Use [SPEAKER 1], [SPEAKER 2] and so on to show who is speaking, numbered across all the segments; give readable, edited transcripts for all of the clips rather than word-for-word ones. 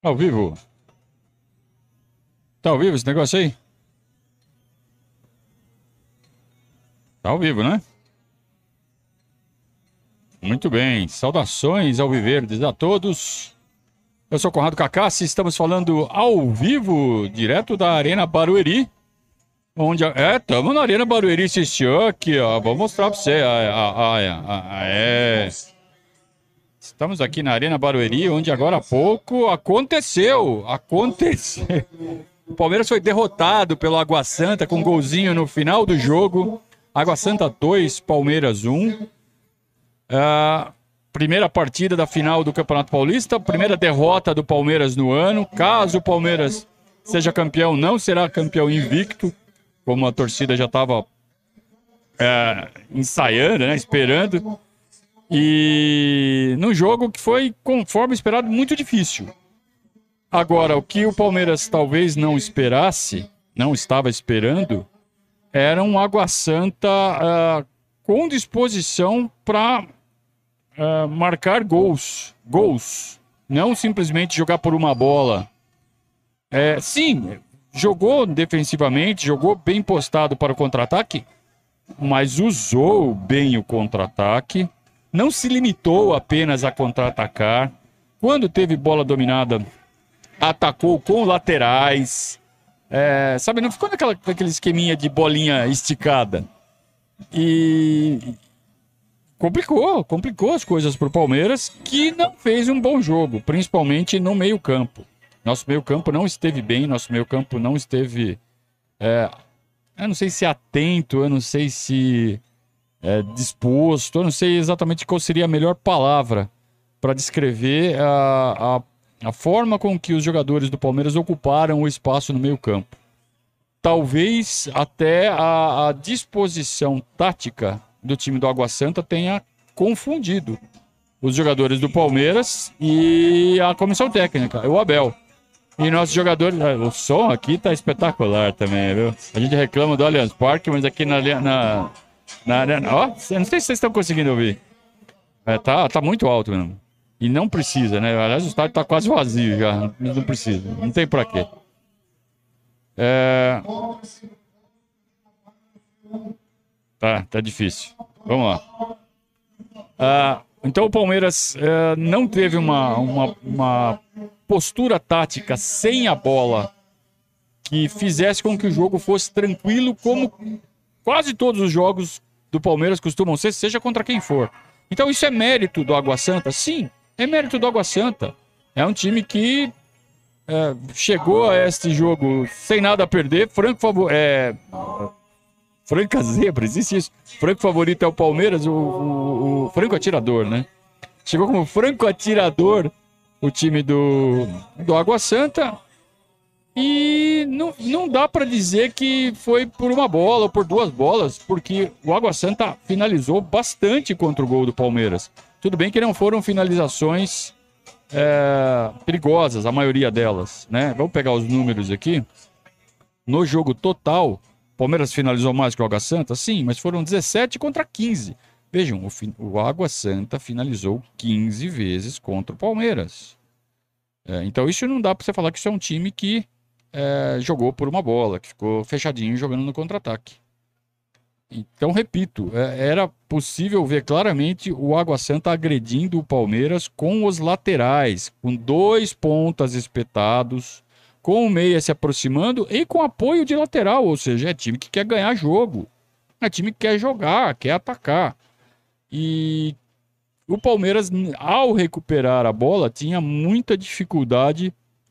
[SPEAKER 1] Ao vivo. Tá ao vivo esse negócio aí? Tá ao vivo, né? Muito bem. Saudações alviverdes a todos. Eu sou Conrado Cacassi, estamos falando ao vivo, direto da Arena Barueri. Onde estamos na Arena Barueri, assistiu aqui, ó. Vou mostrar pra você. Estamos aqui na Arena Barueri, onde agora há pouco aconteceu. O Palmeiras foi derrotado pelo Água Santa com um golzinho no final do jogo. Água Santa 2, Palmeiras 1. Primeira partida da final do Campeonato Paulista, primeira derrota do Palmeiras no ano. Caso o Palmeiras seja campeão, não será campeão invicto, como a torcida já estava ensaiando, né, esperando. E num jogo que foi, conforme esperado, muito difícil. Agora, o que o Palmeiras talvez não esperasse, não estava esperando, era um Água Santa com disposição para marcar gols. Não simplesmente jogar por uma bola. Sim, jogou defensivamente, jogou bem postado para o contra-ataque, mas usou bem o contra-ataque. Não se limitou apenas a contra-atacar. Quando teve bola dominada, atacou com laterais. Sabe, não ficou naquele esqueminha de bolinha esticada. E complicou as coisas para o Palmeiras, que não fez um bom jogo, principalmente no meio-campo. Nosso meio-campo não esteve bem, nosso meio-campo não esteve... eu não sei se atento, eu não sei se disposto, eu não sei exatamente qual seria a melhor palavra para descrever a forma com que os jogadores do Palmeiras ocuparam o espaço no meio-campo. Talvez até a disposição tática do time do Água Santa tenha confundido os jogadores do Palmeiras e a comissão técnica, o Abel. E nossos jogadores... O som aqui tá espetacular também, viu? A gente reclama do Allianz Parque, mas aqui na Arena... Ó, não sei se vocês estão conseguindo ouvir. Tá muito alto mesmo. E não precisa, né? Aliás, o estádio tá quase vazio já. Não precisa. Não tem pra quê. Tá difícil. Vamos lá. Então o Palmeiras não teve uma postura tática sem a bola que fizesse com que o jogo fosse tranquilo, como quase todos os jogos do Palmeiras costumam ser, seja contra quem for. Então isso é mérito do Água Santa? Sim, é mérito do Água Santa. É um time que chegou a este jogo sem nada a perder. Franca zebra, existe isso. Franco favorito é o Palmeiras, o franco atirador, né? Chegou como franco atirador o time do Água Santa. E não dá para dizer que foi por uma bola ou por duas bolas, porque o Água Santa finalizou bastante contra o gol do Palmeiras. Tudo bem que não foram finalizações perigosas, a maioria delas, né? Vamos pegar os números aqui. No jogo total, o Palmeiras finalizou mais que o Água Santa? Sim, mas foram 17 contra 15. Vejam, o Água Santa finalizou 15 vezes contra o Palmeiras. Então isso não dá para você falar que isso é um time que jogou por uma bola, que ficou fechadinho jogando no contra-ataque. Então, repito, era possível ver claramente o Água Santa agredindo o Palmeiras com os laterais, com dois pontas espetados, com o meia se aproximando e com apoio de lateral, ou seja, é time que quer ganhar jogo, é time que quer jogar, quer atacar. E o Palmeiras, ao recuperar a bola, tinha muita dificuldade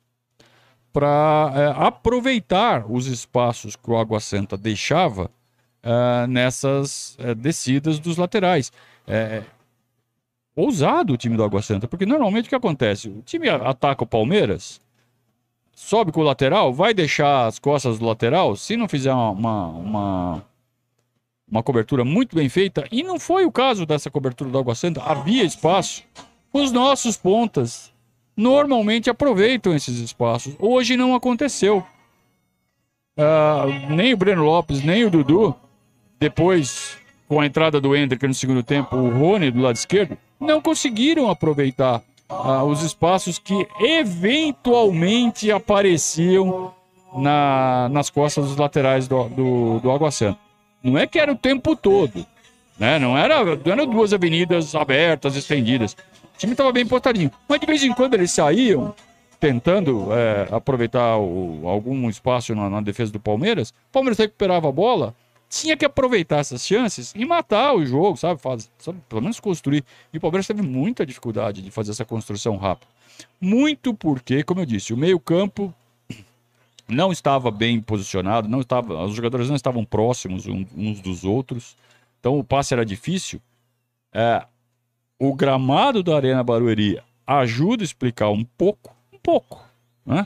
[SPEAKER 1] para aproveitar os espaços que o Água Santa deixava nessas descidas dos laterais. Ousado o time do Água Santa, porque normalmente o que acontece? O time ataca o Palmeiras, sobe com o lateral, vai deixar as costas do lateral, se não fizer uma cobertura muito bem feita, e não foi o caso dessa cobertura do Água Santa, havia espaço, os nossos pontas normalmente aproveitam esses espaços. Hoje não aconteceu. Nem o Breno Lopes, nem o Dudu, depois, com a entrada do Hendrick no segundo tempo, o Rony do lado esquerdo, não conseguiram aproveitar os espaços que eventualmente apareciam nas costas dos laterais do Água Santa. Não é que era o tempo todo, né? Não eram duas avenidas abertas, estendidas. O time estava bem postadinho. Mas de vez em quando eles saíam tentando aproveitar algum espaço na defesa do Palmeiras. O Palmeiras recuperava a bola, tinha que aproveitar essas chances e matar o jogo, sabe? Pelo menos construir. E o Palmeiras teve muita dificuldade de fazer essa construção rápida. Muito porque, como eu disse, o meio-campo não estava bem posicionado, os jogadores não estavam próximos uns dos outros. Então o passe era difícil. O gramado da Arena Barueri ajuda a explicar um pouco, né?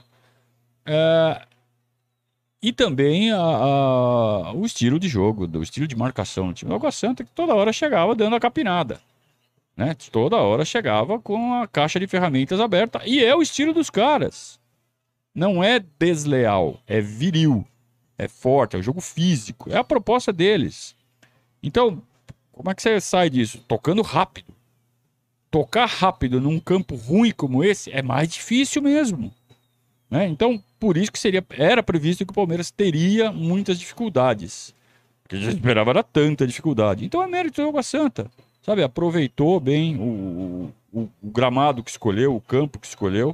[SPEAKER 1] E também o estilo de jogo, o estilo de marcação do time do Água Santa, que toda hora chegava dando a capinada, né? Toda hora chegava com a caixa de ferramentas aberta. E é o estilo dos caras. Não é desleal, é viril, é forte, é o jogo físico, é a proposta deles. Então, como é que você sai disso? Tocando rápido. Tocar rápido num campo ruim como esse é mais difícil mesmo, né? Então, por isso que era previsto que o Palmeiras teria muitas dificuldades. O que a gente esperava era tanta dificuldade. Então é mérito do Água Santa, sabe? Aproveitou bem o gramado que escolheu, o campo que escolheu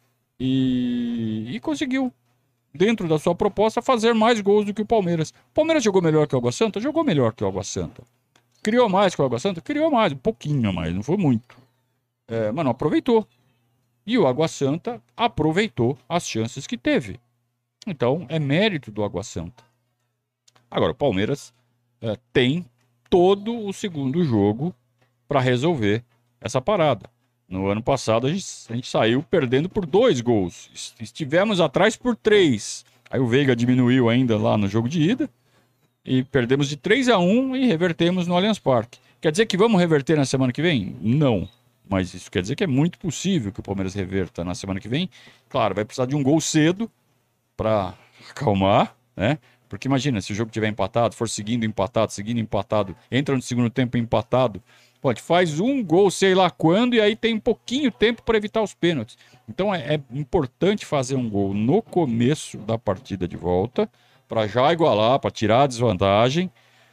[SPEAKER 1] e conseguiu, dentro da sua proposta, fazer mais gols do que o Palmeiras. O Palmeiras jogou melhor que o Água Santa? Jogou melhor que o Água Santa. Criou mais que o Água Santa? Criou mais, um pouquinho a mais, não foi muito. Mas não aproveitou. E o Água Santa aproveitou as chances que teve. Então, é mérito do Água Santa. Agora, o Palmeiras tem todo o segundo jogo para resolver essa parada. No ano passado, a gente saiu perdendo por 2 gols. Estivemos atrás por 3. Aí o Veiga diminuiu ainda lá no jogo de ida. E perdemos de 3-1 e revertemos no Allianz Parque. Quer dizer que vamos reverter na semana que vem? Não. Mas isso quer dizer que é muito possível que o Palmeiras reverta na semana que vem. Claro, vai precisar de um gol cedo para acalmar, né? Porque imagina, se o jogo estiver empatado, for seguindo empatado, entra no segundo tempo empatado, pode faz um gol, sei lá quando, e aí tem um pouquinho tempo para evitar os pênaltis. Então é importante fazer um gol no começo da partida de volta, para já igualar, para tirar a desvantagem.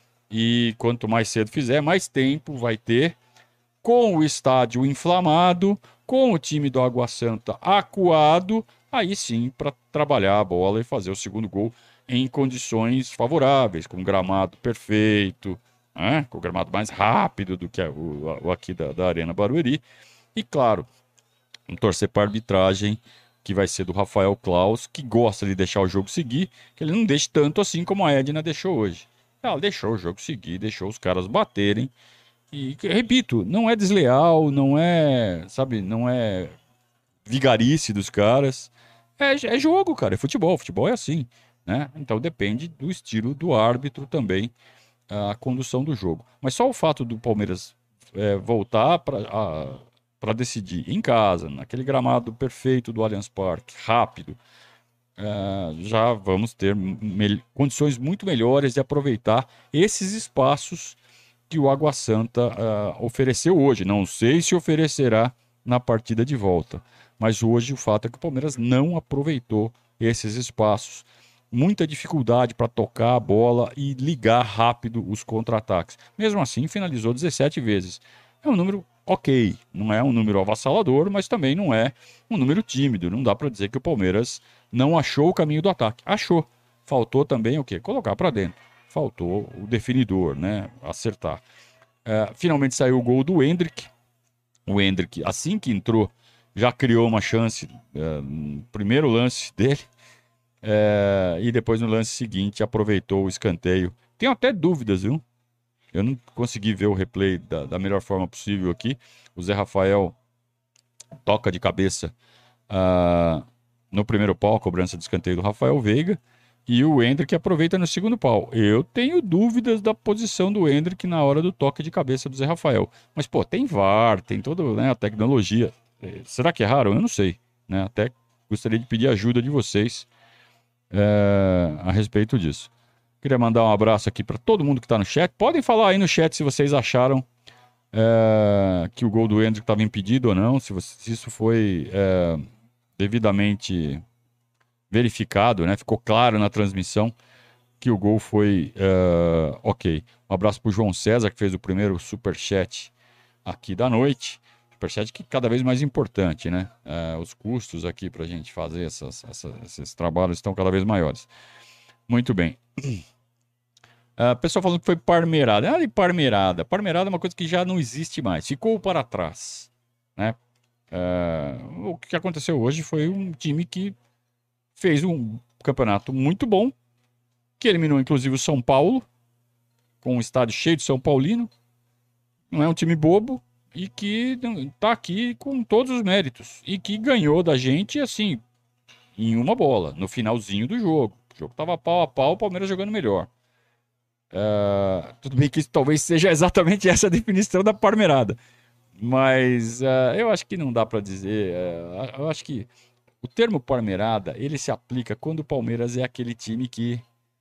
[SPEAKER 1] E quanto mais cedo fizer, mais tempo vai ter, com o estádio inflamado, com o time do Água Santa acuado, aí sim para trabalhar a bola e fazer o segundo gol em condições favoráveis, com gramado perfeito, né? Com o gramado mais rápido do que o aqui da Arena Barueri. E claro, torcer para a arbitragem, que vai ser do Rafael Claus, que gosta de deixar o jogo seguir, que ele não deixe tanto assim como a Edna deixou hoje. Ela deixou o jogo seguir, deixou os caras baterem. E, repito, não é desleal, não é, sabe, não é vigarice dos caras. É jogo, cara, é futebol. Futebol é assim, né? Então depende do estilo do árbitro também, a condução do jogo. Mas só o fato do Palmeiras voltar para decidir em casa, naquele gramado perfeito do Allianz Parque, rápido, já vamos ter condições muito melhores de aproveitar esses espaços que o Água Santa ofereceu hoje. Não sei se oferecerá na partida de volta, mas hoje o fato é que o Palmeiras não aproveitou esses espaços. Muita dificuldade para tocar a bola e ligar rápido os contra-ataques. Mesmo assim, finalizou 17 vezes. É um número ok, não é um número avassalador, mas também não é um número tímido. Não dá para dizer que o Palmeiras não achou o caminho do ataque. Achou. Faltou também o quê? Colocar para dentro. Faltou o definidor, né? Acertar. Finalmente saiu o gol do Endrick. O Endrick, assim que entrou, já criou uma chance no primeiro lance dele. E depois no lance seguinte aproveitou o escanteio. Tenho até dúvidas, viu? Eu não consegui ver o replay da melhor forma possível aqui. O Zé Rafael toca de cabeça no primeiro pau, a cobrança de escanteio do Rafael Veiga. E o Endrick aproveita no segundo pau. Eu tenho dúvidas da posição do Endrick na hora do toque de cabeça do Zé Rafael. Mas, pô, tem VAR, tem toda, né, a tecnologia. Será que é raro? Eu não sei, né? Até gostaria de pedir ajuda de vocês a respeito disso. Queria mandar um abraço aqui para todo mundo que está no chat. Podem falar aí no chat se vocês acharam que o gol do Endrick estava impedido ou não, se isso foi devidamente verificado, né? Ficou claro na transmissão que o gol foi ok. Um abraço para o João César, que fez o primeiro superchat aqui da noite. Superchat que cada vez mais importante, né? Os custos aqui para a gente fazer esses trabalhos estão cada vez maiores. Muito bem. Pessoal falando que foi Parmeirada. E Parmeirada. Parmeirada é uma coisa que já não existe mais. Ficou para trás, né? O que aconteceu hoje foi um time que fez um campeonato muito bom, que eliminou inclusive o São Paulo, com um estádio cheio de São Paulino. Não é um time bobo e que está aqui com todos os méritos. E que ganhou da gente, assim, em uma bola, no finalzinho do jogo. O jogo estava pau a pau, o Palmeiras jogando melhor. Tudo bem que isso talvez seja exatamente essa a definição da Parmeirada. Mas eu acho que não dá para dizer. Eu acho que o termo Parmeirada, ele se aplica quando o Palmeiras é aquele time que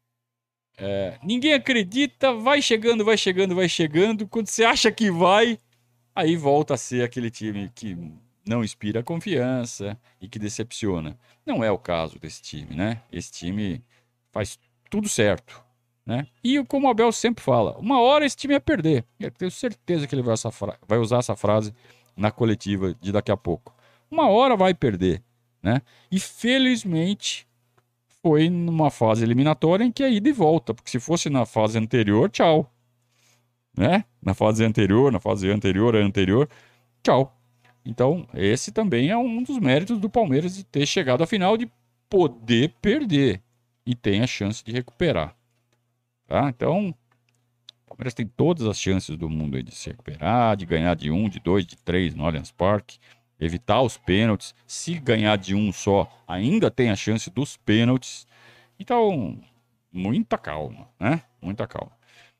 [SPEAKER 1] ninguém acredita, vai chegando, vai chegando, vai chegando. Quando você acha que vai, aí volta a ser aquele time que não inspira confiança e que decepciona. Não é o caso desse time, né? Esse time faz tudo certo, né? E como o Abel sempre fala, uma hora esse time ia perder. Eu tenho certeza que ele vai usar essa frase na coletiva de daqui a pouco. Uma hora vai perder, né? E felizmente foi numa fase eliminatória em que é ida e volta, porque se fosse na fase anterior, tchau, né? Na fase anterior, a anterior, tchau. Então, esse também é um dos méritos do Palmeiras de ter chegado à final, de poder perder e tem a chance de recuperar. Tá? Então, o Palmeiras tem todas as chances do mundo aí de se recuperar, de ganhar de 1, de 2, de 3 no Allianz Parque, evitar os pênaltis. Se ganhar de um só, ainda tem a chance dos pênaltis. Então, muita calma, né? Muita calma.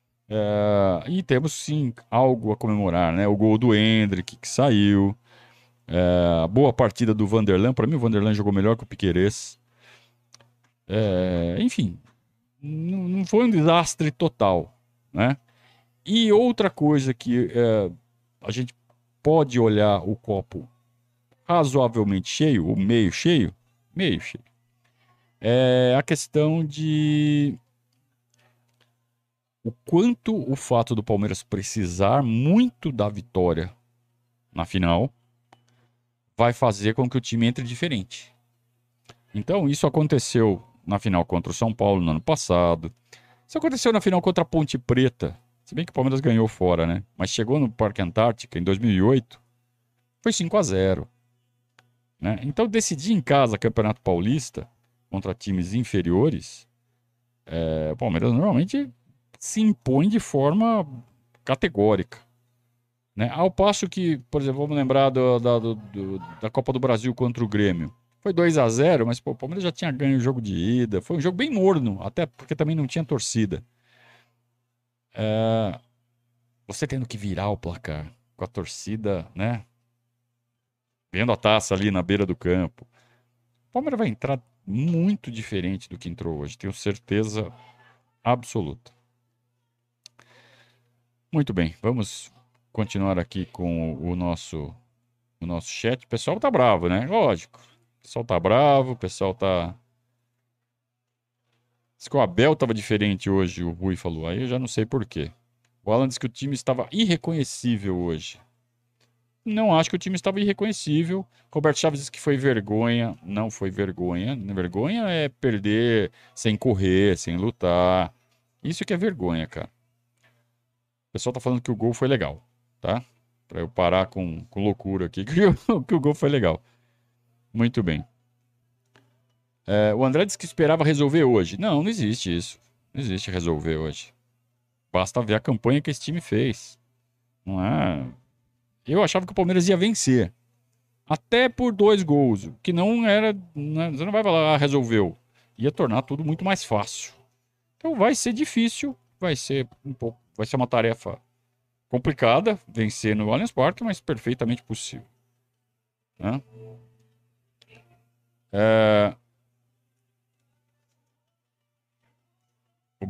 [SPEAKER 1] E temos sim algo a comemorar, né? O gol do Endrick que saiu. A boa partida do Vanderlan. Para mim, o Vanderlan jogou melhor que o Piquerez. Enfim, não foi um desastre total, né? E outra coisa que a gente pode olhar o copo razoavelmente cheio, ou meio cheio, é a questão de o quanto o fato do Palmeiras precisar muito da vitória na final vai fazer com que o time entre diferente. Então, isso aconteceu na final contra o São Paulo no ano passado. Isso aconteceu na final contra a Ponte Preta. Se bem que o Palmeiras ganhou fora, né? Mas chegou no Parque Antártica em 2008, foi 5-0, né? Então, decidir em casa Campeonato Paulista contra times inferiores, o Palmeiras normalmente se impõe de forma categórica, né? Ao passo que, por exemplo, vamos lembrar da Copa do Brasil contra o Grêmio. Foi 2-0, mas pô, o Palmeiras já tinha ganho o jogo de ida. Foi um jogo bem morno, até porque também não tinha torcida. Você tendo que virar o placar com a torcida, né? Vendo a taça ali na beira do campo. O Palmeiras vai entrar muito diferente do que entrou hoje, tenho certeza absoluta. Muito bem, vamos continuar aqui com o nosso chat. O pessoal tá bravo, né? Lógico. O pessoal tá bravo, o pessoal tá. Diz que o Abel tava diferente hoje, o Rui falou. Aí eu já não sei por quê. O Alan disse que o time estava irreconhecível hoje. Não acho que o time estava irreconhecível. Roberto Chaves disse que foi vergonha. Não foi vergonha. Vergonha é perder sem correr, sem lutar. Isso que é vergonha, cara. O pessoal tá falando que o gol foi legal, tá? Pra eu parar com loucura aqui, que o gol foi legal. Muito bem. O André disse que esperava resolver hoje. Não, não existe isso. Não existe resolver hoje. Basta ver a campanha que esse time fez. Não é. Eu achava que o Palmeiras ia vencer. Até por 2 gols. Que não era. Você não vai falar, resolveu. Ia tornar tudo muito mais fácil. Então vai ser difícil. Vai ser um pouco. Vai ser uma tarefa complicada vencer no Allianz Parque, mas perfeitamente possível. Né?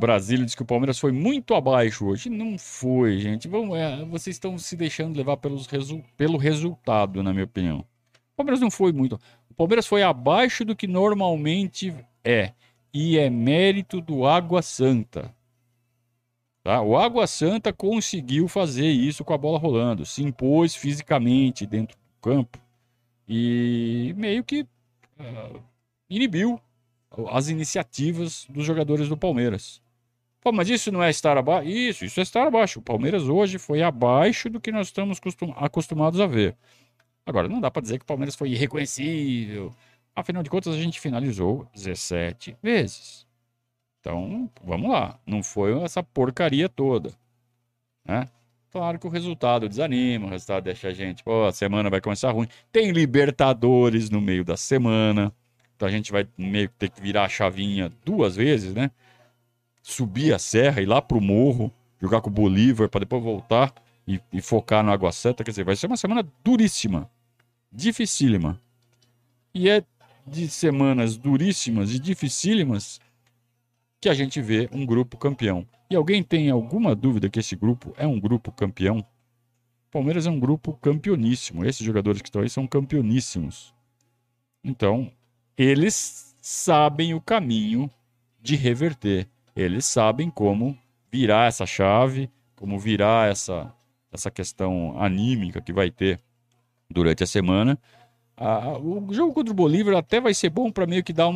[SPEAKER 1] Brasília diz que o Palmeiras foi muito abaixo hoje. Não foi, gente. Vocês estão se deixando levar pelo resultado, na minha opinião. O Palmeiras não foi muito. O Palmeiras foi abaixo do que normalmente é. E é mérito do Água Santa. Tá? O Água Santa conseguiu fazer isso com a bola rolando. Se impôs fisicamente dentro do campo. E meio que inibiu as iniciativas dos jogadores do Palmeiras. Pô, mas isso não é estar abaixo? Isso é estar abaixo. O Palmeiras hoje foi abaixo do que nós estamos acostumados a ver. Agora, não dá para dizer que o Palmeiras foi irreconhecível. Afinal de contas, a gente finalizou 17 vezes. Então, vamos lá. Não foi essa porcaria toda. Né? Claro que o resultado desanima, o resultado deixa a gente, pô, a semana vai começar ruim. Tem Libertadores no meio da semana. Então a gente vai meio que ter que virar a chavinha 2 vezes, né? Subir a serra, ir lá pro morro, jogar com o Bolívar para depois voltar e focar no Água Santa. Quer dizer, vai ser uma semana duríssima, dificílima. E é de semanas duríssimas e dificílimas que a gente vê um grupo campeão. E alguém tem alguma dúvida que esse grupo é um grupo campeão? O Palmeiras é um grupo campeoníssimo. Esses jogadores que estão aí são campeoníssimos. Então, eles sabem o caminho de reverter. Eles sabem como virar essa chave, como virar essa questão anímica que vai ter durante a semana. O jogo contra o Bolívar até vai ser bom para meio que dar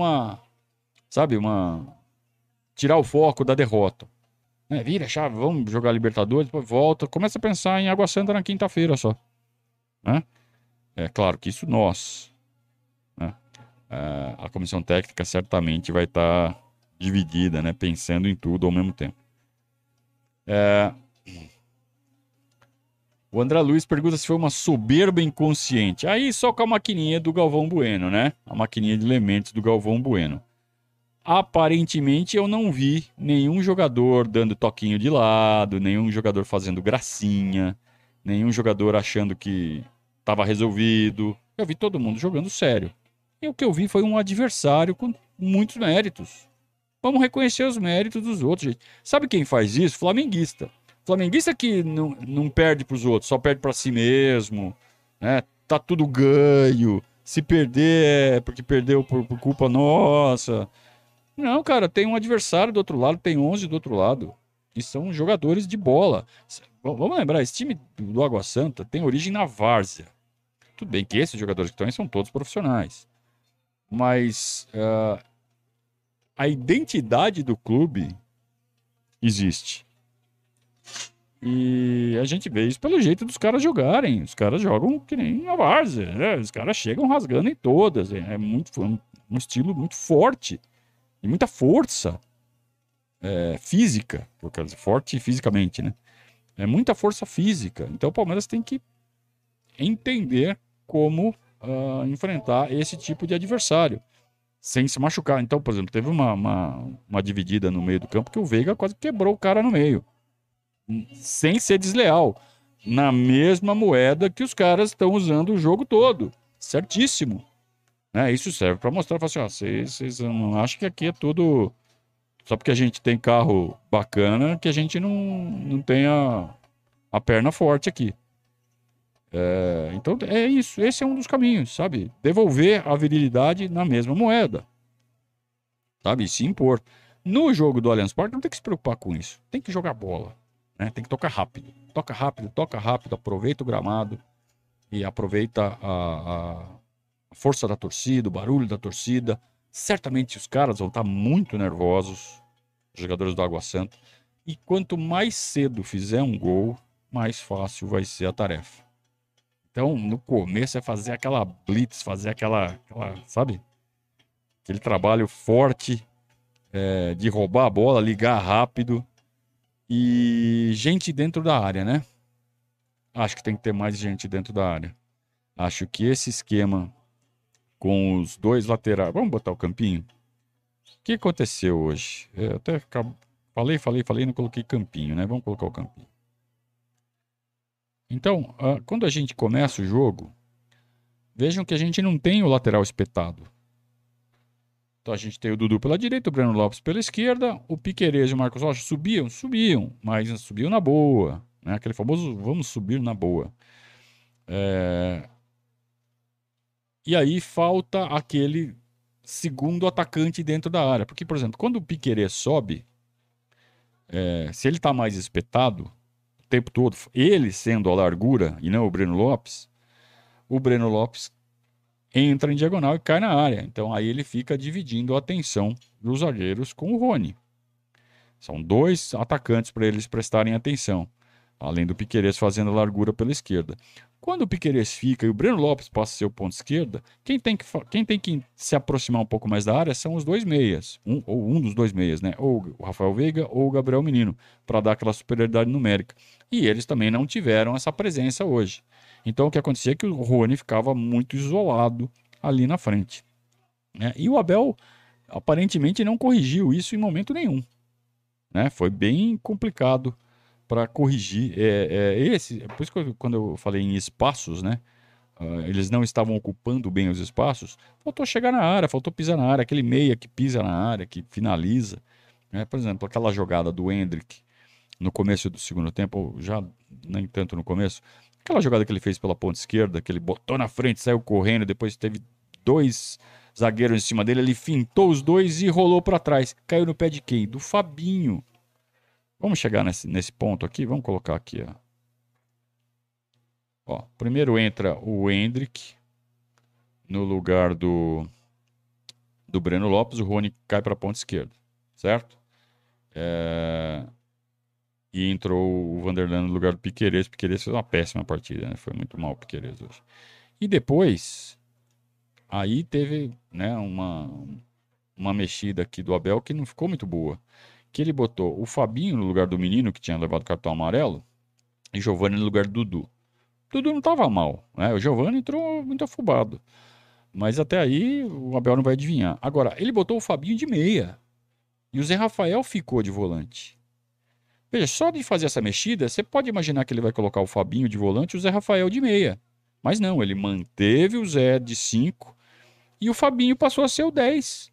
[SPEAKER 1] tirar o foco da derrota. Vira a chave, vamos jogar Libertadores, depois volta, começa a pensar em Água Santa na quinta-feira só. Né? É claro que isso nós, né? A comissão técnica certamente vai estar dividida, né? Pensando em tudo ao mesmo tempo. O André Luiz pergunta se foi uma soberba inconsciente. Aí só com a maquininha do Galvão Bueno, né? A maquininha de elementos do Galvão Bueno. Aparentemente eu não vi nenhum jogador dando toquinho de lado, nenhum jogador fazendo gracinha, nenhum jogador achando que estava resolvido. Eu vi todo mundo jogando sério. E o que eu vi foi um adversário com muitos méritos. Vamos reconhecer os méritos dos outros, gente. Sabe quem faz isso? Flamenguista. Flamenguista que não perde para os outros, só perde para si mesmo, né? Tá tudo ganho. Se perder é porque perdeu por culpa nossa. Não, cara, tem um adversário do outro lado, tem 11 do outro lado. E são jogadores de bola. Vamos lembrar, esse time do Água Santa tem origem na várzea. Tudo bem que esses jogadores que estão aí são todos profissionais. Mas a identidade do clube existe. E a gente vê isso pelo jeito dos caras jogarem. Os caras jogam que nem a várzea, né? Os caras chegam rasgando em todas. É um estilo muito forte. E muita força física, eu quero dizer, forte fisicamente, né? É muita força física. Então o Palmeiras tem que entender como enfrentar esse tipo de adversário, sem se machucar. Então, por exemplo, teve uma dividida no meio do campo que o Veiga quase quebrou o cara no meio, sem ser desleal, na mesma moeda que os caras estão usando o jogo todo. Certíssimo. Isso serve para mostrar, assim, vocês não acham que aqui é tudo só porque a gente tem carro bacana que a gente não tem a perna forte aqui. Então é isso, esse é um dos caminhos, sabe? Devolver a virilidade na mesma moeda, sabe? E se impor. No jogo do Allianz Parque não tem que se preocupar com isso, tem que jogar bola, né? Tem que tocar rápido, toca rápido, aproveita o gramado e aproveita a força da torcida, o barulho da torcida. Certamente os caras vão estar muito nervosos, os jogadores do Água Santa. E quanto mais cedo fizer um gol, mais fácil vai ser a tarefa. Então, no começo é fazer aquela blitz, fazer aquela sabe? Aquele trabalho forte de roubar a bola, ligar rápido. E gente dentro da área, né? Acho que tem que ter mais gente dentro da área. Acho que esse esquema com os dois laterais... Vamos botar o Campinho? O que aconteceu hoje? Eu até falei, não coloquei Campinho, né? Vamos colocar o Campinho. Então, quando a gente começa o jogo, vejam que a gente não tem o lateral espetado. Então a gente tem o Dudu pela direita, o Breno Lopes pela esquerda, o Piquerez e o Marcos Rocha subiam, mas subiam na boa, né? Aquele famoso vamos subir na boa. E aí falta aquele segundo atacante dentro da área. Porque, por exemplo, quando o Piquerez sobe, se ele está mais espetado o tempo todo, ele sendo a largura e não o Breno Lopes entra em diagonal e cai na área. Então aí ele fica dividindo a atenção dos zagueiros com o Rony. São dois atacantes para eles prestarem atenção, além do Piquerez fazendo a largura pela esquerda. Quando o Piquerez fica e o Breno Lopes passa a ser o ponto esquerda, quem tem que se aproximar um pouco mais da área são os dois meias, um dos dois meias, né? Ou o Rafael Veiga ou o Gabriel Menino, para dar aquela superioridade numérica. E eles também não tiveram essa presença hoje. Então o que acontecia é que o Rony ficava muito isolado ali na frente, né? E o Abel aparentemente não corrigiu isso em momento nenhum, né? Foi bem complicado para corrigir. Por isso que quando eu falei em espaços, né? Eles não estavam ocupando bem os espaços. Faltou chegar na área, faltou pisar na área. Aquele meia que pisa na área, que finaliza, né? Por exemplo, aquela jogada do Endrick no começo do segundo tempo, já nem tanto no começo. Aquela jogada que ele fez pela ponta esquerda, que ele botou na frente, saiu correndo, depois teve dois zagueiros em cima dele, ele fintou os dois e rolou para trás. Caiu no pé de quem? Do Fabinho. Vamos chegar nesse ponto aqui, vamos colocar aqui, ó. Ó, primeiro entra o Endrick no lugar do Breno Lopes, o Rony cai para a ponta esquerda, certo? E entrou o Vanderlan no lugar do Piquerez. O Piquerez fez uma péssima partida, né? Foi muito mal o Piquerez hoje. E depois, aí teve, né, uma mexida aqui do Abel que não ficou muito boa. Que ele botou o Fabinho no lugar do menino que tinha levado cartão amarelo e Giovani no lugar do Dudu. Dudu não estava mal, né? O Giovani entrou muito afobado. Mas até aí o Abel não vai adivinhar. Agora, ele botou o Fabinho de meia. E o Zé Rafael ficou de volante. Veja, só de fazer essa mexida, você pode imaginar que ele vai colocar o Fabinho de volante e o Zé Rafael de meia. Mas não, ele manteve o Zé de 5 e o Fabinho passou a ser o 10.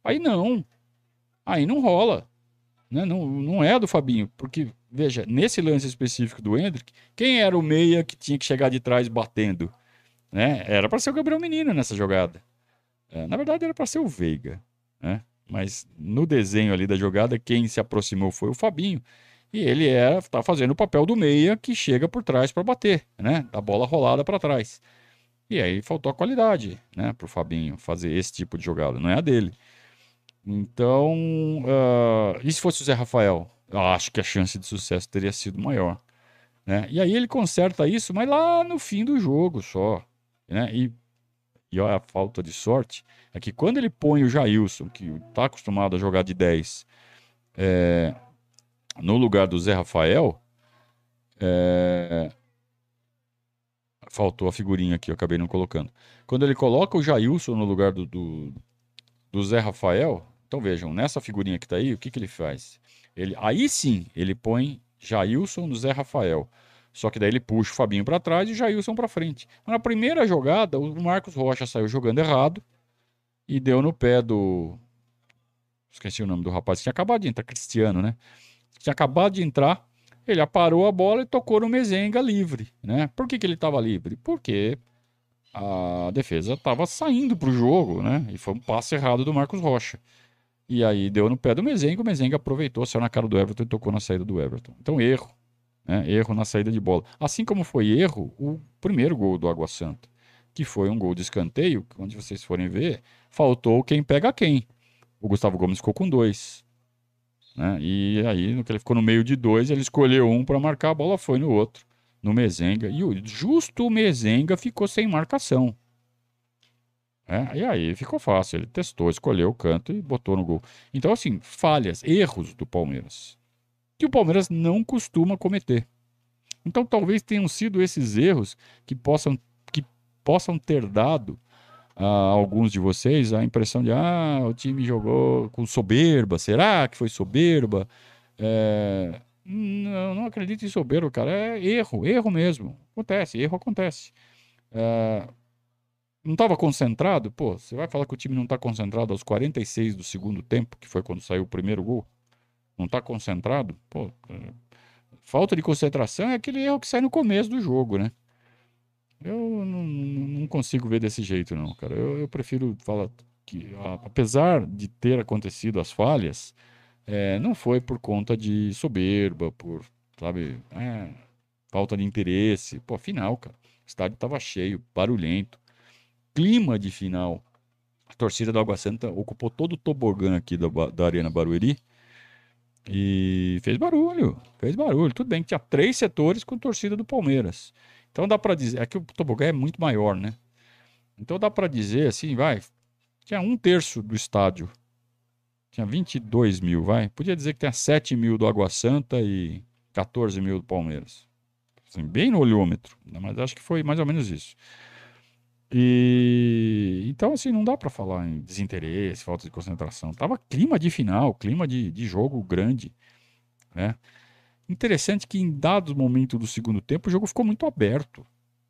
[SPEAKER 1] Aí não rola. Né? Não, não é do Fabinho, porque, veja, nesse lance específico do Endrick, quem era o meia que tinha que chegar de trás batendo? Né? Era para ser o Gabriel Menino nessa jogada. Na verdade, era para ser o Veiga, né? Mas no desenho ali da jogada, quem se aproximou foi o Fabinho. E ele tá fazendo o papel do meia que chega por trás para bater, né? Da bola rolada para trás. E aí faltou a qualidade, né? Para o Fabinho fazer esse tipo de jogada. Não é a dele. Então, e se fosse o Zé Rafael? Eu acho que a chance de sucesso teria sido maior, né? E aí ele conserta isso, mas lá no fim do jogo só, né? E olha a falta de sorte, é que quando ele põe o Jailson, que está acostumado a jogar de 10, no lugar do Zé Rafael, faltou a figurinha aqui, eu acabei não colocando. Quando ele coloca o Jailson no lugar do Zé Rafael, então vejam, nessa figurinha que está aí, o que ele faz? Aí sim, ele põe Jailson no Zé Rafael. Só que daí ele puxa o Fabinho para trás e o Jailson para frente. Na primeira jogada, o Marcos Rocha saiu jogando errado e deu no pé do... Esqueci o nome do rapaz, que tinha acabado de entrar, Cristiano, né? Tinha acabado de entrar, ele aparou a bola e tocou no Mezenga livre, né? Por que ele estava livre? Porque a defesa estava saindo para o jogo, né? E foi um passe errado do Marcos Rocha. E aí deu no pé do Mezenga, o Mezenga aproveitou, saiu na cara do Everton e tocou na saída do Everton. Então erro, né? Erro na saída de bola. Assim como foi erro o primeiro gol do Água Santa, que foi um gol de escanteio, onde vocês forem ver, faltou quem pega quem. O Gustavo Gomes ficou com 2. Né? E aí, no que ele ficou no meio de 2, ele escolheu um para marcar, a bola foi no outro, no Mezenga. E justo o Mezenga ficou sem marcação. E aí ficou fácil, ele testou, escolheu o canto e botou no gol. Então, assim, falhas, erros do Palmeiras, que o Palmeiras não costuma cometer. Então, talvez tenham sido esses erros que possam ter dado a alguns de vocês a impressão de o time jogou com soberba. Será que foi soberba? Não acredito em soberba, cara. É erro mesmo. Acontece, erro acontece. Não estava concentrado? Pô, você vai falar que o time não está concentrado aos 46 do segundo tempo, que foi quando saiu o primeiro gol? Não está concentrado? Pô, falta de concentração é aquele erro que sai no começo do jogo, né? Eu não consigo ver desse jeito, não, cara. Eu prefiro falar que, apesar de ter acontecido as falhas, não foi por conta de soberba, por, sabe, falta de interesse. Pô, final, cara. O estádio estava cheio, barulhento, clima de final. A torcida do Água Santa ocupou todo o tobogã aqui da Arena Barueri e fez barulho, fez barulho. Tudo bem que tinha 3 setores com torcida do Palmeiras. Então dá pra dizer, é que o tobogã é muito maior, né? Então dá pra dizer assim, vai, tinha 1/3 do estádio, tinha 22 mil, vai. Podia dizer que tinha 7 mil do Água Santa e 14 mil do Palmeiras. Assim, bem no olhômetro, né? Mas acho que foi mais ou menos isso. E então, assim, não dá pra falar em desinteresse, falta de concentração. Tava clima de final, clima de jogo grande, né? Interessante que em dados momentos do segundo tempo o jogo ficou muito aberto.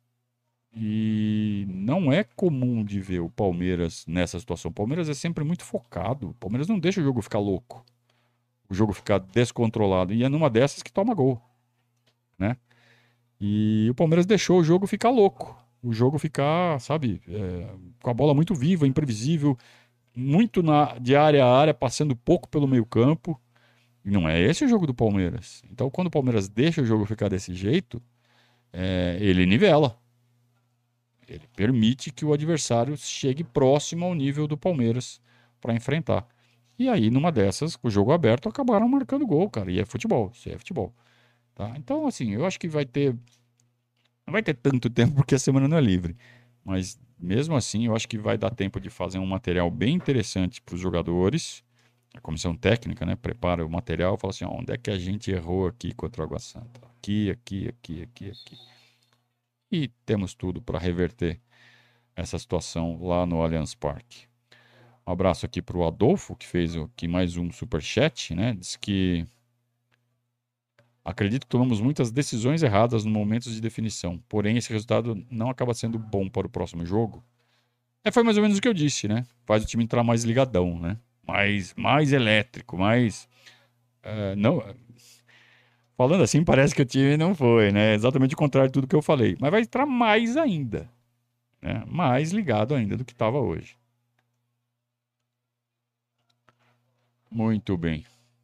[SPEAKER 1] E não é comum de ver o Palmeiras nessa situação. O Palmeiras é sempre muito focado. O Palmeiras não deixa o jogo ficar louco, o jogo ficar descontrolado. E é numa dessas que toma gol, né? E o Palmeiras deixou o jogo ficar louco. O jogo ficar, sabe, com a bola muito viva, imprevisível, muito de área a área, passando pouco pelo meio-campo. E não é esse o jogo do Palmeiras. Então, quando o Palmeiras deixa o jogo ficar desse jeito, ele nivela. Ele permite que o adversário chegue próximo ao nível do Palmeiras para enfrentar. E aí, numa dessas, com o jogo aberto, acabaram marcando gol, cara. E é futebol, isso é futebol. Tá? Então, assim, eu acho que vai ter. Não vai ter tanto tempo porque a semana não é livre. Mas mesmo assim, eu acho que vai dar tempo de fazer um material bem interessante para os jogadores. A comissão técnica, né, prepara o material e fala assim: ó, onde é que a gente errou aqui contra o Água Santa? Aqui, aqui, aqui, aqui, aqui. E temos tudo para reverter essa situação lá no Allianz Parque. Um abraço aqui para o Adolfo, que fez aqui mais um superchat, né? Diz que acredito que tomamos muitas decisões erradas no momentos de definição, porém esse resultado não acaba sendo bom para o próximo jogo. Foi mais ou menos o que eu disse, né? Faz o time entrar mais ligadão, né? Mais elétrico, mais. Não, falando assim, parece que o time não foi, né? Exatamente o contrário de tudo que eu falei. Mas vai entrar mais ainda, né? Mais ligado ainda do que estava hoje. Muito bem.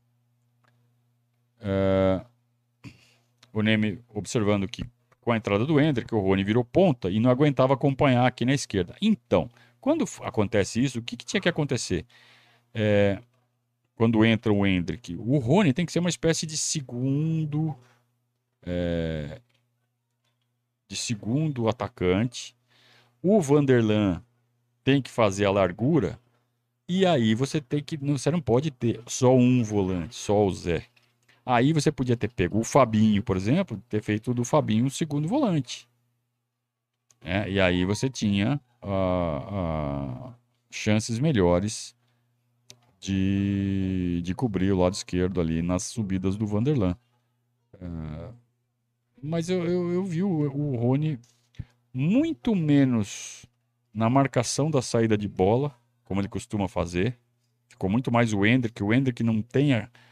[SPEAKER 1] O Neme observando que com a entrada do Hendrick, o Rony virou ponta e não aguentava acompanhar aqui na esquerda. Então, quando acontece isso, o que tinha que acontecer? Quando entra o Hendrick, o Rony tem que ser uma espécie de segundo atacante. O Vanderlan tem que fazer a largura. E aí você não pode ter só um volante, só o Zé. Aí você podia ter pego o Fabinho, por exemplo, ter feito do Fabinho um segundo volante. E aí você tinha chances melhores de cobrir o lado esquerdo ali nas subidas do Vanderlan. Mas eu vi o Rony muito menos na marcação da saída de bola, como ele costuma fazer. Ficou muito mais o Hendrick não tem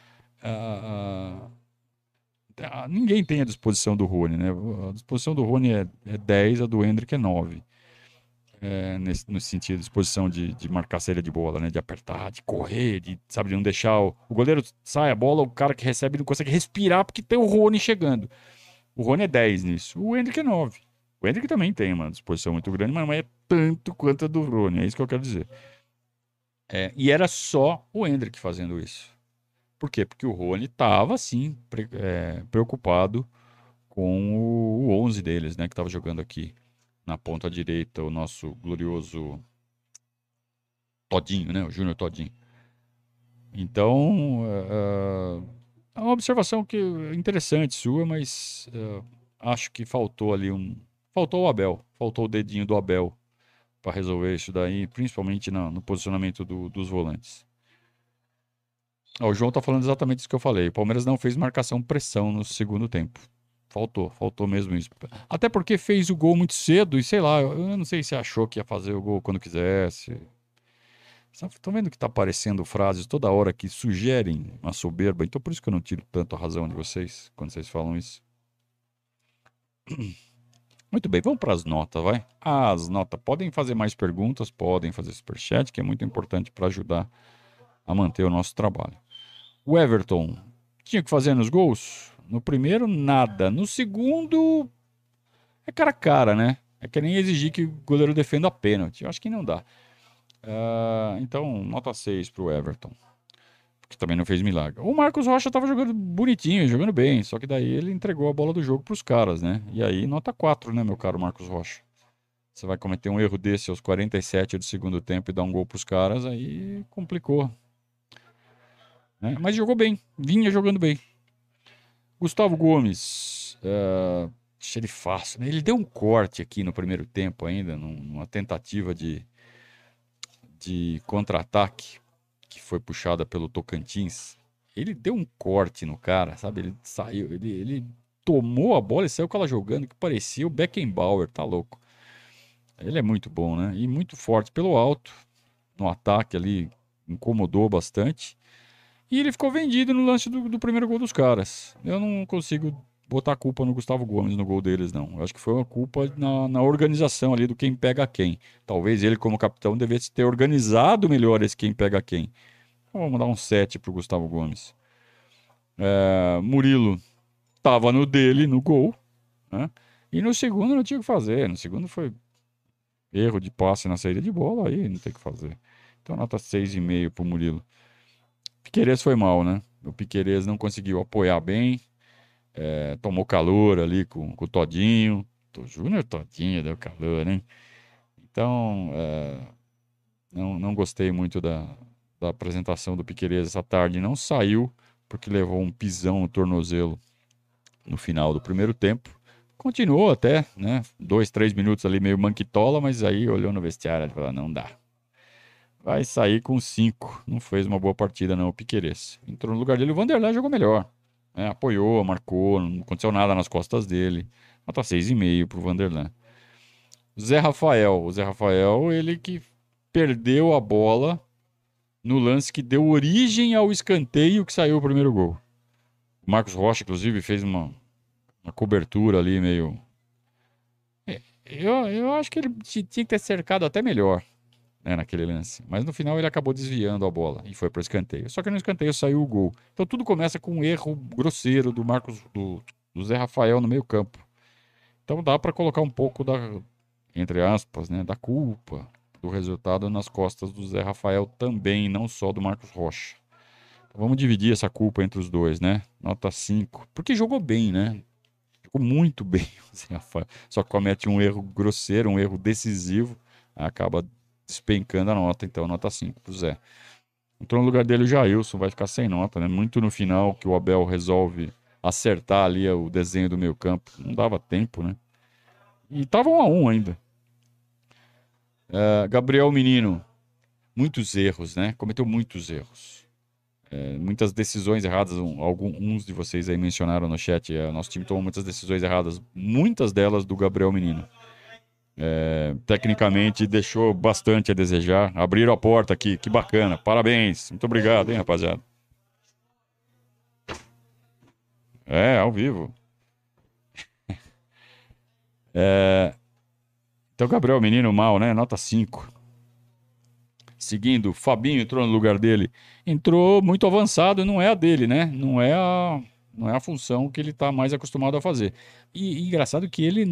[SPEAKER 1] ninguém tem a disposição do Rony, né? A disposição do Rony é 10, a do Hendrick é 9. No sentido de disposição de marcar saída de bola, né? De apertar, de correr, sabe, de não deixar o goleiro sai a bola, o cara que recebe não consegue respirar porque tem o Rony chegando. O Rony é 10 nisso, o Hendrick é 9. O Hendrick também tem uma disposição muito grande, mas não é tanto quanto a do Rony, é isso que eu quero dizer. E era só o Hendrick fazendo isso. Por quê? Porque o Rony estava, sim, preocupado com o 11 deles, né? Que estava jogando aqui na ponta direita, o nosso glorioso Todinho, né? O Júnior Todinho. Então, é uma observação que é interessante sua, mas acho que faltou ali Faltou o Abel, faltou o dedinho do Abel para resolver isso daí, principalmente no posicionamento dos volantes. O João tá falando exatamente isso que eu falei. O Palmeiras não fez marcação pressão no segundo tempo. Faltou mesmo isso. Até porque fez o gol muito cedo e sei lá, eu não sei se achou que ia fazer o gol quando quisesse. Estão vendo que tá aparecendo frases toda hora que sugerem uma soberba, então por isso que eu não tiro tanto a razão de vocês quando vocês falam isso. Muito bem, vamos para as notas, vai? As notas. Podem fazer mais perguntas, podem fazer superchat, que é muito importante para ajudar a manter o nosso trabalho. O Everton tinha que fazer nos gols? No primeiro, nada. No segundo, é cara a cara, né? É que nem exigir que o goleiro defenda a pênalti. Eu acho que não dá. Então, nota 6 pro Everton. Que também não fez milagre. O Marcos Rocha tava jogando bonitinho, jogando bem. Só que daí ele entregou a bola do jogo pros caras, né? E aí, nota 4, né, meu caro Marcos Rocha? Você vai cometer um erro desse aos 47 do segundo tempo e dar um gol pros caras, aí complicou. Né? Mas jogou bem, vinha jogando bem. Gustavo Gomes, achei ele fácil, né? Ele deu um corte aqui no primeiro tempo ainda, numa tentativa de contra-ataque que foi puxada pelo Tocantins. Ele deu um corte no cara, sabe? Ele saiu, ele tomou a bola e saiu com ela jogando, que parecia o Beckenbauer, tá louco. Ele é muito bom, né? E muito forte pelo alto, no ataque ali, incomodou bastante. E ele ficou vendido no lance do primeiro gol dos caras. Eu não consigo botar a culpa no Gustavo Gomes no gol deles, não. Eu acho que foi uma culpa na organização ali do quem pega quem. Talvez ele, como capitão, devesse ter organizado melhor esse quem pega quem. Então, vamos dar um 7 pro Gustavo Gomes. Murilo tava no dele, no gol. Né? E no segundo não tinha o que fazer. No segundo foi erro de passe na saída de bola, aí não tem o que fazer. Então nota 6,5 pro Murilo. Piquerez foi mal, né? O Piquerez não conseguiu apoiar bem, tomou calor ali com o Todinho. O Júnior Todinho deu calor, né? Então, não gostei muito da apresentação do Piquerez essa tarde. Não saiu porque levou um pisão no tornozelo no final do primeiro tempo. Continuou até, né? 2, 3 minutos ali meio manquitola, mas aí olhou no vestiário e falou: não dá. Vai sair com 5. Não fez uma boa partida, não, o Piquerez. Entrou no lugar dele, o Vanderlei jogou melhor. Apoiou, marcou, não aconteceu nada nas costas dele. Nota 6,5 pro Vanderlei. O Zé Rafael, ele que perdeu a bola no lance que deu origem ao escanteio que saiu o primeiro gol. O Marcos Rocha, inclusive, fez uma cobertura ali meio. Eu acho que ele tinha que ter cercado até melhor, né, naquele lance. Mas no final ele acabou desviando a bola e foi para o escanteio. Só que no escanteio saiu o gol. Então tudo começa com um erro grosseiro do Zé Rafael no meio-campo. Então dá para colocar um pouco entre aspas, né, da culpa do resultado nas costas do Zé Rafael também, não só do Marcos Rocha. Então vamos dividir essa culpa entre os dois, né? Nota 5. Porque jogou bem, né? Jogou muito bem o Zé Rafael. Só que comete um erro grosseiro, um erro decisivo, acaba despencando a nota, então nota 5 pro Zé. Entrou no lugar dele o Jailson, vai ficar sem nota, né? Muito no final que o Abel resolve acertar ali o desenho do meio campo. Não dava tempo, né? E tava 1-1 ainda. Gabriel Menino, muitos erros, né? Cometeu muitos erros. Muitas decisões erradas. Alguns de vocês aí mencionaram no chat. Nosso time tomou muitas decisões erradas. Muitas delas do Gabriel Menino. Tecnicamente deixou bastante a desejar. Abriram a porta aqui, que bacana. Parabéns. Muito obrigado, hein, rapaziada. Ao vivo. Então, Gabriel Menino mal, né? Nota 5. Seguindo, Fabinho entrou no lugar dele. Entrou muito avançado, não é a dele, né? Não é a função que ele está mais acostumado a fazer. E engraçado que ele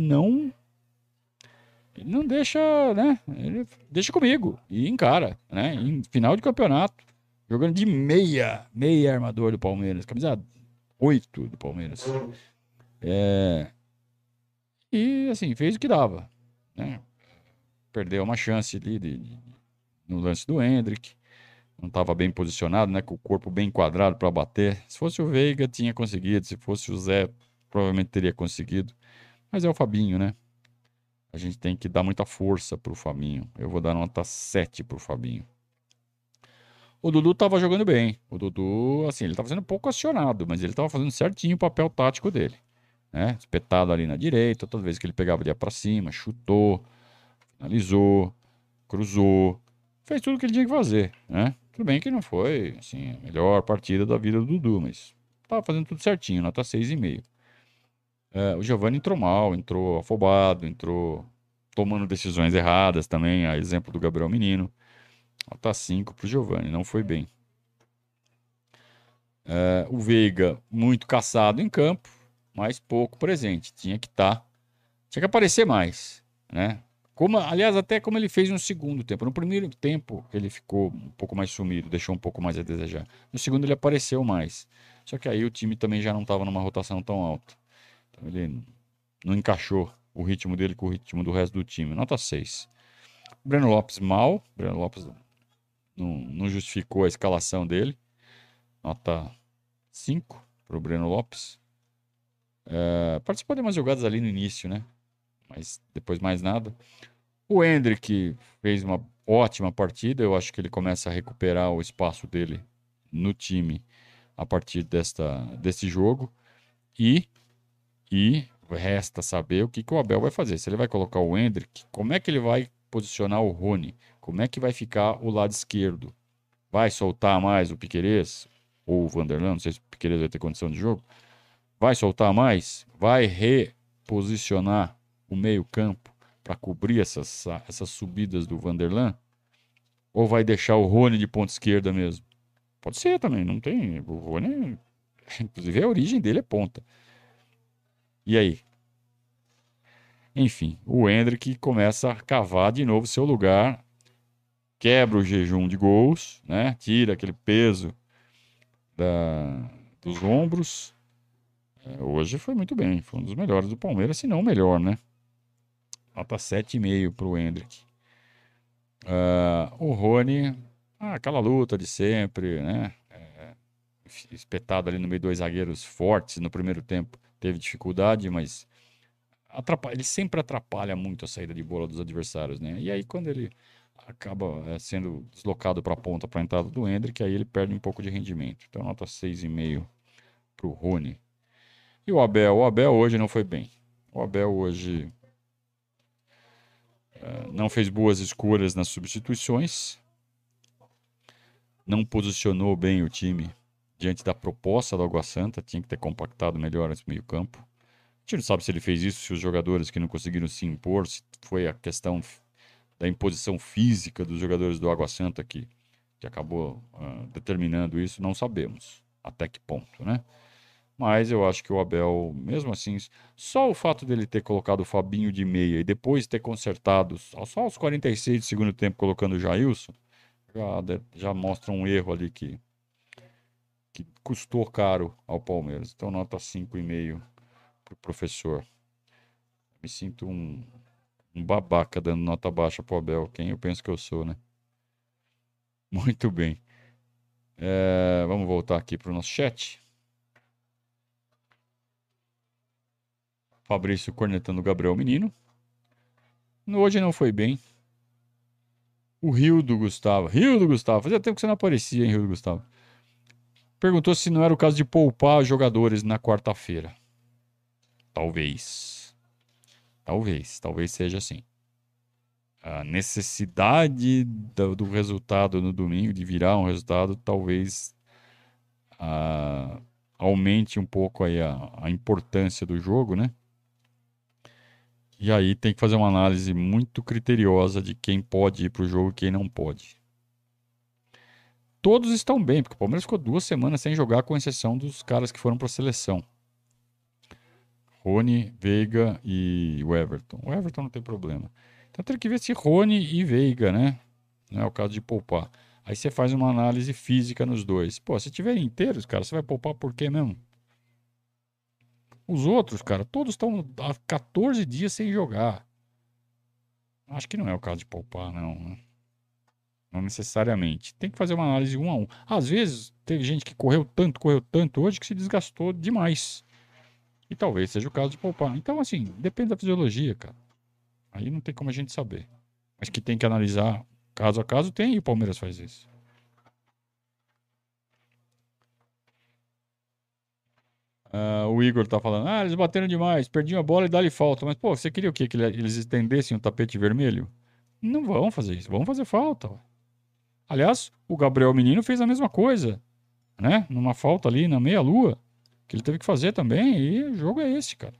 [SPEAKER 1] não deixa, né? Ele deixa comigo e encara, né? Em final de campeonato, jogando de meia armador do Palmeiras, camisa 8 do Palmeiras. E assim, fez o que dava, né? Perdeu uma chance ali no lance do Endrick. Não estava bem posicionado, né? Com o corpo bem enquadrado para bater. Se fosse o Veiga, tinha conseguido. Se fosse o Zé, provavelmente teria conseguido. Mas é o Fabinho, né? A gente tem que dar muita força pro Fabinho. Eu vou dar nota 7 pro Fabinho. O Dudu tava jogando bem. O Dudu, assim, ele tava sendo pouco acionado, mas ele tava fazendo certinho o papel tático dele. né? Espetado ali na direita, toda vez que ele pegava ele ia para cima, chutou, finalizou, cruzou, fez tudo o que ele tinha que fazer, né? Tudo bem que não foi, assim, a melhor partida da vida do Dudu, mas tava fazendo tudo certinho, nota 6,5. O Giovani entrou mal, entrou afobado, entrou tomando decisões erradas também, a exemplo do Gabriel Menino. Nota 5 pro Giovani, não foi bem. O Veiga, muito caçado em campo, mas pouco presente. Tinha que aparecer mais, né? Aliás, até como ele fez no segundo tempo. No primeiro tempo, ele ficou um pouco mais sumido, deixou um pouco mais a desejar. No segundo, ele apareceu mais. Só que aí o time também já não estava numa rotação tão alta. Então ele não encaixou o ritmo dele com o ritmo do resto do time. Nota 6. Breno Lopes mal. Breno Lopes não justificou a escalação dele. Nota 5 para o Breno Lopes. Participou de umas jogadas ali no início, né? Mas depois mais nada. O Endrick fez uma ótima partida. Eu acho que ele começa a recuperar o espaço dele no time a partir desse jogo. E resta saber o que o Abel vai fazer. Se ele vai colocar o Endrick, como é que ele vai posicionar o Rony? Como é que vai ficar o lado esquerdo? Vai soltar mais o Piquerez? Ou o Vanderlan? Não sei se o Piquerez vai ter condição de jogo. Vai soltar mais? Vai reposicionar o meio-campo para cobrir essas subidas do Vanderlan? Ou vai deixar o Rony de ponta esquerda mesmo? Pode ser também, não tem. O Rony, inclusive, a origem dele é ponta. E aí? Enfim, o Endrick começa a cavar de novo seu lugar, quebra o jejum de gols, né? Tira aquele peso dos ombros. Hoje foi muito bem, foi um dos melhores do Palmeiras, se não o melhor, né? Nota 7,5 para o Endrick. O Rony, aquela luta de sempre, né? Espetado ali no meio, dois zagueiros fortes no primeiro tempo, teve dificuldade, mas ele sempre atrapalha muito a saída de bola dos adversários, né? E aí quando ele acaba sendo deslocado para a ponta para a entrada do Endrick, aí ele perde um pouco de rendimento. Então nota 6,5 para o Rony. E o Abel hoje não foi bem. O Abel hoje não fez boas escolhas nas substituições, não posicionou bem o time diante da proposta do Água Santa, tinha que ter compactado melhor esse meio-campo. A gente não sabe se ele fez isso, se os jogadores que não conseguiram se impor, se foi a questão da imposição física dos jogadores do Água Santa que acabou determinando isso, não sabemos até que ponto, né? Mas eu acho que o Abel, mesmo assim, só o fato dele ter colocado o Fabinho de meia e depois ter consertado só aos 46 do segundo tempo colocando o Jailson, já mostra um erro ali que custou caro ao Palmeiras. Então, nota 5,5 para o professor. Me sinto um babaca dando nota baixa pro Abel, quem eu penso que eu sou, né? Muito bem. Vamos voltar aqui para o nosso chat. Fabrício cornetando o Gabriel Menino. Hoje não foi bem. O Rio do Gustavo. Rio do Gustavo. Fazia tempo que você não aparecia, hein, Rio do Gustavo. Perguntou se não era o caso de poupar os jogadores na quarta-feira. Talvez. Talvez seja assim. A necessidade do resultado no domingo, de virar um resultado, talvez aumente um pouco aí a importância do jogo, né? E aí tem que fazer uma análise muito criteriosa de quem pode ir para o jogo e quem não pode. Todos estão bem, porque o Palmeiras ficou 2 semanas sem jogar, com exceção dos caras que foram para a seleção. Rony, Veiga e o Everton. O Everton não tem problema. Então tem que ver se Rony e Veiga, né? Não é o caso de poupar. Aí você faz uma análise física nos dois. Pô, se tiverem inteiros, cara, você vai poupar por quê mesmo? Os outros, cara, todos estão há 14 dias sem jogar. Acho que não é o caso de poupar, não, né? Não necessariamente. Tem que fazer uma análise um a um. Às vezes, teve gente que correu tanto hoje que se desgastou demais. E talvez seja o caso de poupar. Então, assim, depende da fisiologia, cara. Aí não tem como a gente saber. Mas que tem que analisar caso a caso, tem, e o Palmeiras faz isso. O Igor tá falando, eles bateram demais, perdiam a bola e dá-lhe falta. Mas, pô, você queria o quê? Que eles estendessem o tapete vermelho? Não vão fazer isso, vão fazer falta. Ué. Aliás, o Gabriel Menino fez a mesma coisa, né? Numa falta ali na meia-lua, que ele teve que fazer também, e o jogo é esse, cara.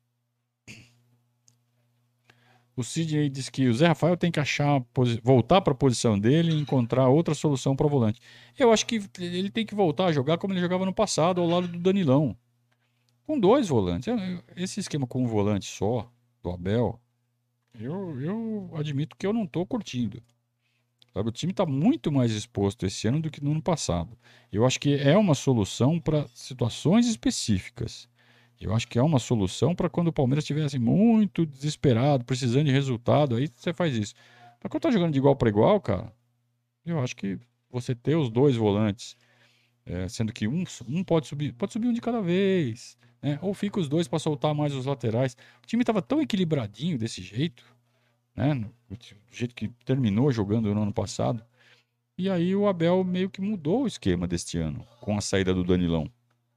[SPEAKER 1] O Sidney disse que o Zé Rafael tem que voltar para a posição dele e encontrar outra solução para o volante. Eu acho que ele tem que voltar a jogar como ele jogava no passado, ao lado do Danilão. Com dois volantes. Esse esquema com um volante só, do Abel, eu admito que eu não estou curtindo. Sabe, o time está muito mais exposto esse ano do que no ano passado. Eu acho que é uma solução para situações específicas. Eu acho que é uma solução para quando o Palmeiras estivesse muito desesperado, precisando de resultado, aí você faz isso. Mas quando tá jogando de igual para igual, cara, eu acho que você ter os dois volantes, sendo que um pode subir um de cada vez, né? Ou fica os dois para soltar mais os laterais. O time estava tão equilibradinho desse jeito, né? Do jeito que terminou jogando no ano passado. E aí o Abel meio que mudou o esquema deste ano, com a saída do Danilão.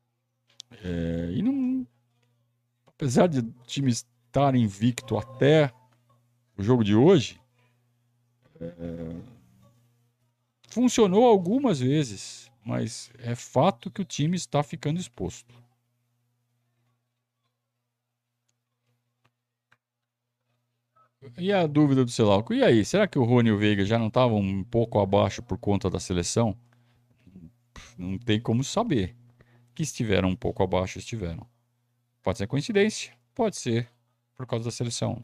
[SPEAKER 1] E não, apesar de o time estar invicto até o jogo de hoje, funcionou algumas vezes, mas é fato que o time está ficando exposto. E a dúvida do Celalco, e aí, será que o Rony e o Veiga já não estavam um pouco abaixo por conta da seleção? Não tem como saber. Que estiveram um pouco abaixo, estiveram. Pode ser coincidência, pode ser por causa da seleção.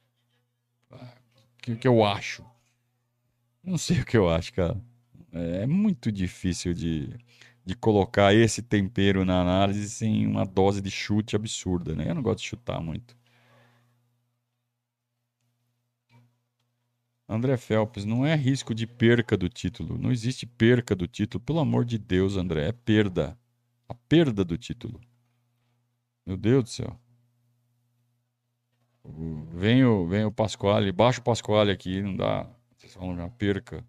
[SPEAKER 1] Que eu acho. Não sei o que eu acho, cara. É muito difícil de colocar esse tempero na análise sem uma dose de chute absurda, né? Eu não gosto de chutar muito. André Phelps, não é risco de perca do título. Não existe perca do título. Pelo amor de Deus, André, é perda. A perda do título. Meu Deus do céu. Vem o Pasquale, baixa o Pasquale aqui, não dá. Vocês falam já perca.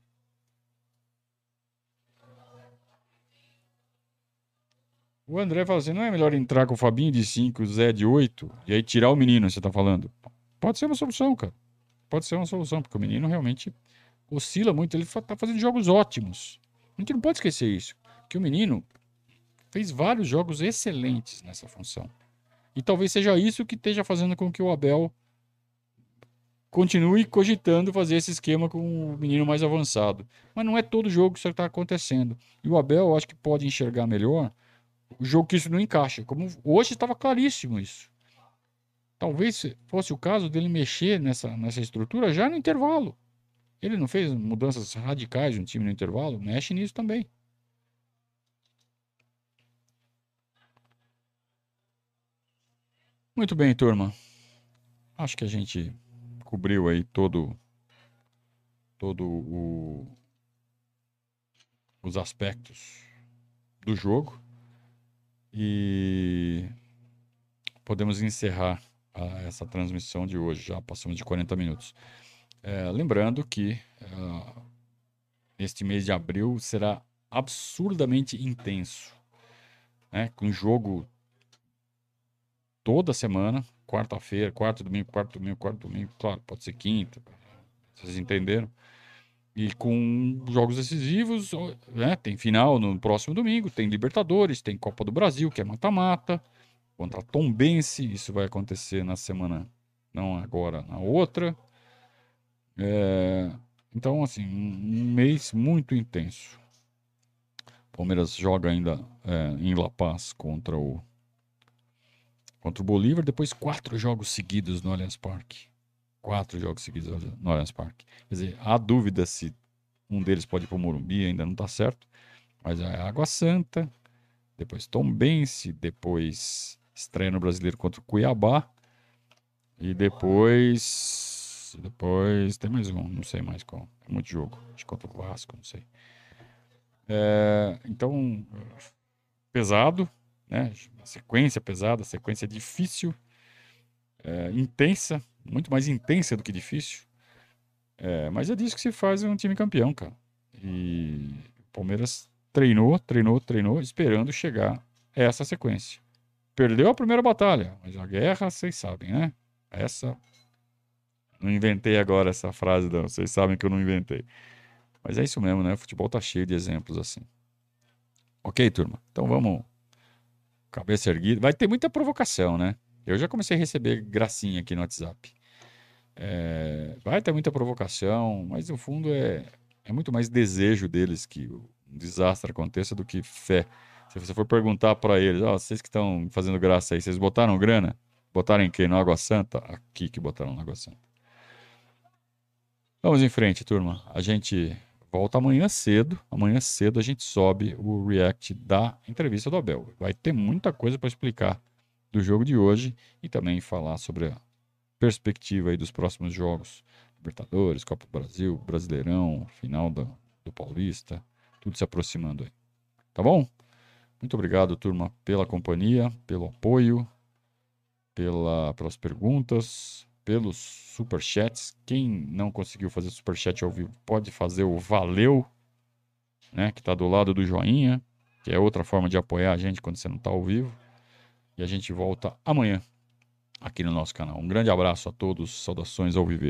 [SPEAKER 1] O André fala assim: não é melhor entrar com o Fabinho de 5, o Zé de 8 e aí tirar o menino, você tá falando? Pode ser uma solução, cara. Pode ser uma solução, porque o menino realmente oscila muito. Ele tá fazendo jogos ótimos. A gente não pode esquecer isso. Que o menino fez vários jogos excelentes nessa função. E talvez seja isso que esteja fazendo com que o Abel continue cogitando fazer esse esquema com o menino mais avançado. Mas não é todo jogo que isso está acontecendo. E o Abel, eu acho que pode enxergar melhor o jogo que isso não encaixa. Como hoje estava claríssimo isso. Talvez fosse o caso dele mexer nessa estrutura já no intervalo. Ele não fez mudanças radicais no time no intervalo? Mexe nisso também. Muito bem, turma. Acho que a gente cobriu aí todo os aspectos do jogo e podemos encerrar essa transmissão de hoje. Já passamos de 40 minutos. Lembrando que este mês de abril será absurdamente intenso, né? Com jogo toda semana, quarta-feira, quarto, domingo, quarto, domingo, quarto, domingo, claro, pode ser quinta, vocês entenderam? E com jogos decisivos, né? Tem final no próximo domingo, tem Libertadores, tem Copa do Brasil, que é mata-mata, contra a Tombense, isso vai acontecer na semana, não agora, na outra. Então, assim, um mês muito intenso. Palmeiras joga ainda em La Paz contra o Bolívar, depois 4 jogos seguidos no Allianz Parque. 4 jogos seguidos no Allianz Parque. Quer dizer, há dúvida se um deles pode ir para o Morumbi, ainda não está certo. Mas é Água Santa, depois Tombense, depois estreia no Brasileiro contra o Cuiabá. E depois tem mais um, não sei mais qual. É muito jogo. Acho que contra o Vasco, não sei. Então, pesado, né? Sequência pesada, sequência difícil, intensa, muito mais intensa do que difícil. Mas é disso que se faz um time campeão, cara. E o Palmeiras treinou, esperando chegar a essa sequência. perdeu a primeira batalha, mas a guerra, vocês sabem, né? Essa. Não inventei agora essa frase, não. Vocês sabem que eu não inventei. Mas é isso mesmo, né? O futebol tá cheio de exemplos assim. Ok, turma? Então vamos. Cabeça erguida. Vai ter muita provocação, né? Eu já comecei a receber gracinha aqui no WhatsApp. Vai ter muita provocação, mas no fundo é muito mais desejo deles que um desastre aconteça do que fé. Se você for perguntar para eles, ó, vocês que estão fazendo graça aí, vocês botaram grana? Botaram em quem? No Água Santa? Aqui que botaram no Água Santa. Vamos em frente, turma. A gente volta amanhã cedo. Amanhã cedo a gente sobe o react da entrevista do Abel. Vai ter muita coisa para explicar do jogo de hoje e também falar sobre a perspectiva aí dos próximos jogos. Libertadores, Copa do Brasil, Brasileirão, final do Paulista, tudo se aproximando aí. Tá bom? Muito obrigado, turma, pela companhia, pelo apoio, pelas perguntas, pelos superchats. Quem não conseguiu fazer superchat ao vivo pode fazer o valeu, né, que está do lado do joinha, que é outra forma de apoiar a gente quando você não está ao vivo. E a gente volta amanhã aqui no nosso canal. Um grande abraço a todos, saudações ao viver.